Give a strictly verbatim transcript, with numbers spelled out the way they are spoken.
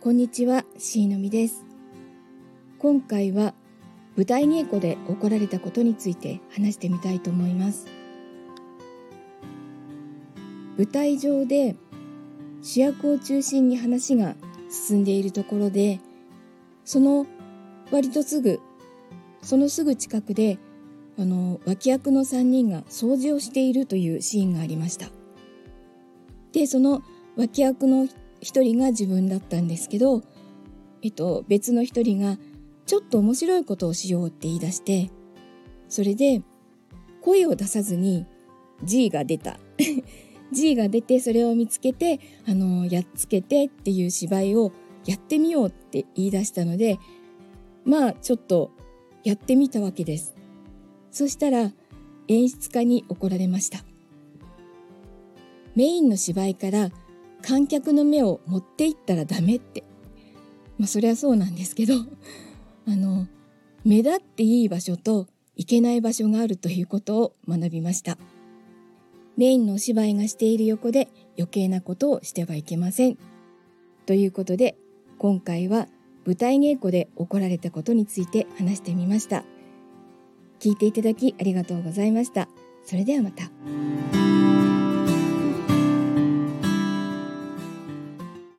こんにちは、しのみです。今回は舞台稽古で起こられたことについて話してみたいと思います。舞台上で主役を中心に話が進んでいるところで、その割とすぐそのすぐ近くであの脇役のさんにんが掃除をしているというシーンがありました。で、その脇役の一人が自分だったんですけど、えっと、別の一人がちょっと面白いことをしようって言い出して、それで声を出さずに G が出たG が出て、それを見つけてあのやっつけてっていう芝居をやってみようって言い出したので、まあちょっとやってみたわけです。そしたら演出家に怒られました。メインの芝居から観客の目を持っていったらダメって。まあそりゃそうなんですけど、あの目立っていい場所といけない場所があるということを学びました。メインのお芝居がしている横で余計なことをしてはいけません。ということで、今回は舞台稽古で起こられたことについて話してみました。聞いていただきありがとうございました。それではまた。